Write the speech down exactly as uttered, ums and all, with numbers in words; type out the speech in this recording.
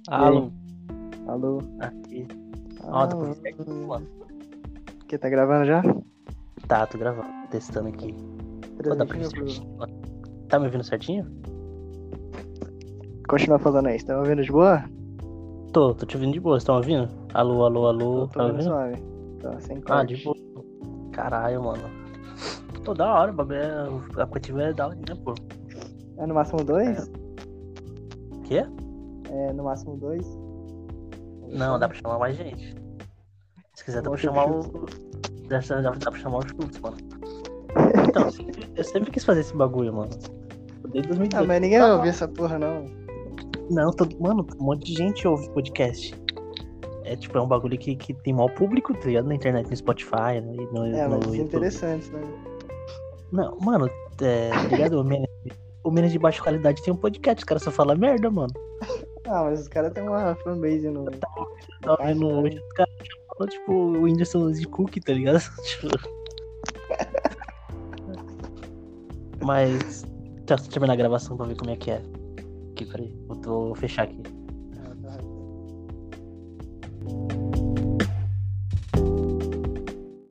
E aí? Alô, Alô? aqui. Ó, tô Alô? por certinho, mano. Que tá gravando já? Tá, tô gravando, testando aqui. Pô, dá pra Três ver mil pro... certinho, mano. Tá me ouvindo certinho? Continua falando aí, você tá me ouvindo de boa? Tô, tô te ouvindo de boa, você tá me ouvindo? Alô, alô, Tô, alô, tô tá me ouvindo ouvindo? suave. Tá, sem Ah, de corte. boa. Caralho, mano. Pô, da hora, o bagulho é... o aplicativo é da hora, né, pô? É no máximo dois? Quê? É no máximo dois? Não, dá pra chamar mais gente. Se quiser, dá pra Vamos ter chamar o... chutes. Dá, dá, dá pra chamar os chutes, mano. Então, eu sempre, eu sempre quis fazer esse bagulho, mano. Desde Ah, dois mil e dezoito. mas ninguém vai Tá, ouvir essa porra, não. não, todo... mano, um monte de gente ouve podcast. É tipo, é um bagulho que, que tem maior público, tá ligado? Na internet, no Spotify, no, no, É, mas no YouTube. desinteressantes, né? Não, mano, é, tá ligado? O menos, o menos de baixa qualidade tem um podcast, os caras só falam merda, mano. Ah, mas os caras têm uma fanbase no... Tá na vendo página, hoje, né? os caras falam, tipo, o Whindersson de Cook, tá ligado? Tipo, mas, deixa eu terminar a gravação pra ver como é que é. Aqui, peraí, eu vou fechar aqui.